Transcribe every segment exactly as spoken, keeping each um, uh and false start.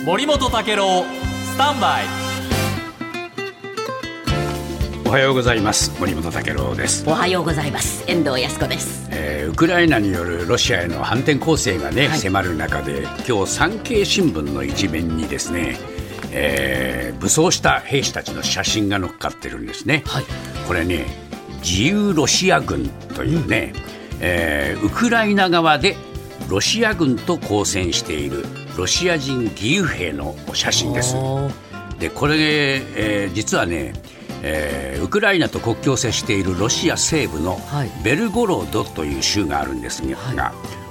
森本武郎スタンバイ。 おはようございます。森本武郎です。 おはようございます。遠藤康子です。 えー、ウクライナによるロシアへの反転攻勢がね、はい、迫る中で今日産経新聞の一面にですね、えー、武装した兵士たちの写真が載っかってるんですね、はい、これね自由ロシア軍というね、うんえー、ウクライナ側でロシア軍と交戦しているロシア人義勇兵の写真です。でこれ、えー、実はね、えー、ウクライ'tと国境を接しているロシア西部のベルゴロドという州があるんですが、はい、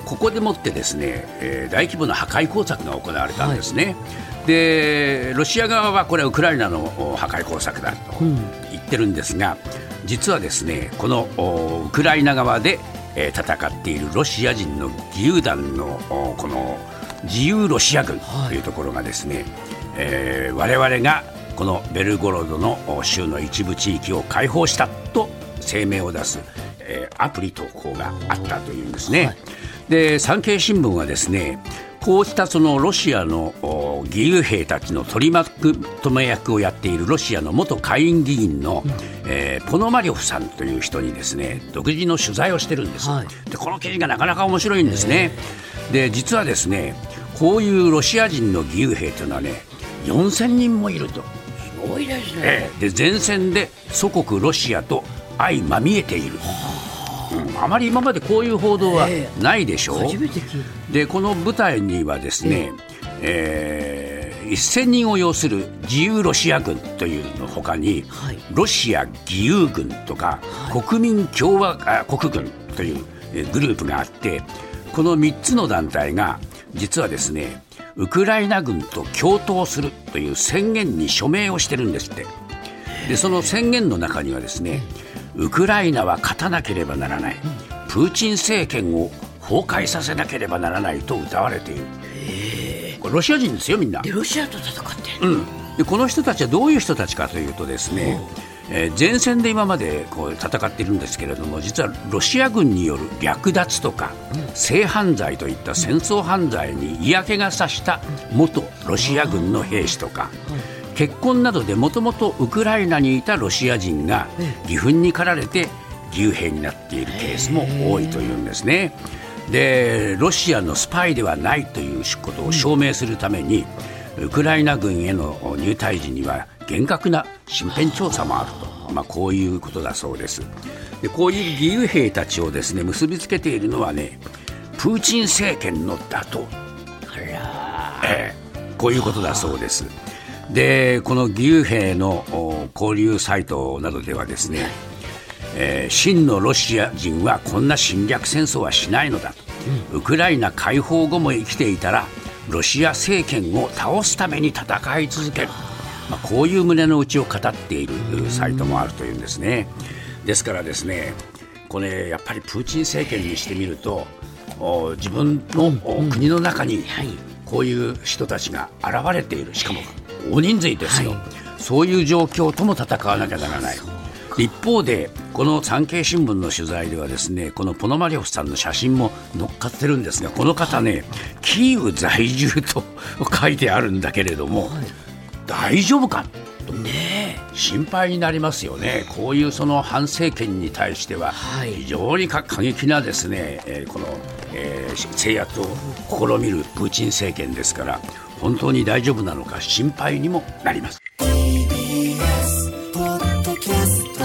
ここでもってですね、えー、大規模な破壊工作が行われたんですね、はい、でロシア側はこれはウクライナの破壊工作だと言ってるんですが、うん、実はですねこのウクライナ側でえー、戦っているロシア人の義勇団のこの自由ロシア軍というところがですね、はいえー、我々がこのベルゴロドの州の一部地域を解放したと声明を出す、えー、アプリ投稿があったというんですね、はい、で産経新聞はですねこうしたそのロシアの義勇兵たちの取りまとめ役をやっているロシアの元下院議員の、うんえー、ポノマリョフさんという人にですね独自の取材をしてるんです、はい、でこの記事がなかなか面白いんですね。で実はですねこういうロシア人の義勇兵というのはねよんせんにんもいると。 すごいですね、 えー、で前線で祖国ロシアと相まみえている、うん、あまり今までこういう報道はないでしょう、えー、初めて聞いた。でこの部隊にはですね、えーえー、せんにんを要する自由ロシア軍というの他に、はい、ロシア義勇軍とか、はい、国民共和国軍というグループがあってこのみっつの団体が実はですねウクライナ軍と共闘するという宣言に署名をしてるんですって。でその宣言の中にはですねウクライナは勝たなければならない、プーチン政権を崩壊させなければならないと謳われている。へこれロシア人ですよみんな。 でロシアと戦ってる、 うん、でこの人たちはどういう人たちかというとですね、えー、前線で今までこう戦っているんですけれども実はロシア軍による略奪とか、うん、性犯罪といった戦争犯罪に嫌気がさした元ロシア軍の兵士とか、うん結婚などでもともとウクライナにいたロシア人が義憤に駆られて義勇兵になっているケースも多いというんですね。でロシアのスパイではないということを証明するためにウクライナ軍への入隊時には厳格な身辺調査もあると、まあ、こういうことだそうです。でこういう義勇兵たちをですね結びつけているのはねプーチン政権の打倒、えー、こういうことだそうです。でこの義勇兵の交流サイトなどではですね、えー、真のロシア人はこんな侵略戦争はしないのだ、うん、ウクライナ解放後も生きていたらロシア政権を倒すために戦い続ける、まあ、こういう胸の内を語っているサイトもあるというんですね。ですからですねこれやっぱりプーチン政権にしてみると自分の国の中にこういう人たちが現れている、しかも大人数ですよ、はい、そういう状況とも戦わなきゃならない。一方でこの産経新聞の取材ではですねこのポノマリョフさんの写真も載っかってるんですがこの方ねキーウ在住と書いてあるんだけれども、はい、大丈夫かと、ね、心配になりますよね。こういうその反政権に対しては非常に過激なですね、えー、この、えー、制圧を試みるプーチン政権ですから本当に大丈夫なのか心配にもなります。 ティービーエス ポッドキャスト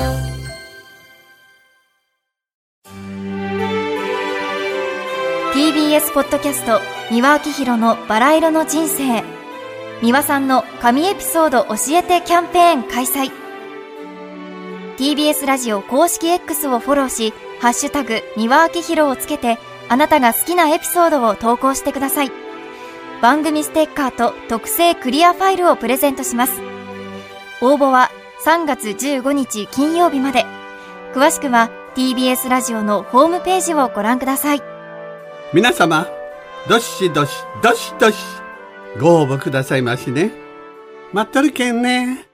ティービーエス ポッドキャスト三輪明宏のバラ色の人生。三輪さんの神エピソード教えてキャンペーン開催。 ティービーエス ラジオ公式 X をフォローしハッシュタグ三輪明宏をつけてあなたが好きなエピソードを投稿してください。番組ステッカーと特製クリアファイルをプレゼントします。応募はさんがつじゅうごにち金曜日まで。詳しくは ティービーエス ラジオのホームページをご覧ください。 皆様どしどしどしどしご応募くださいましね。待っとるけんね。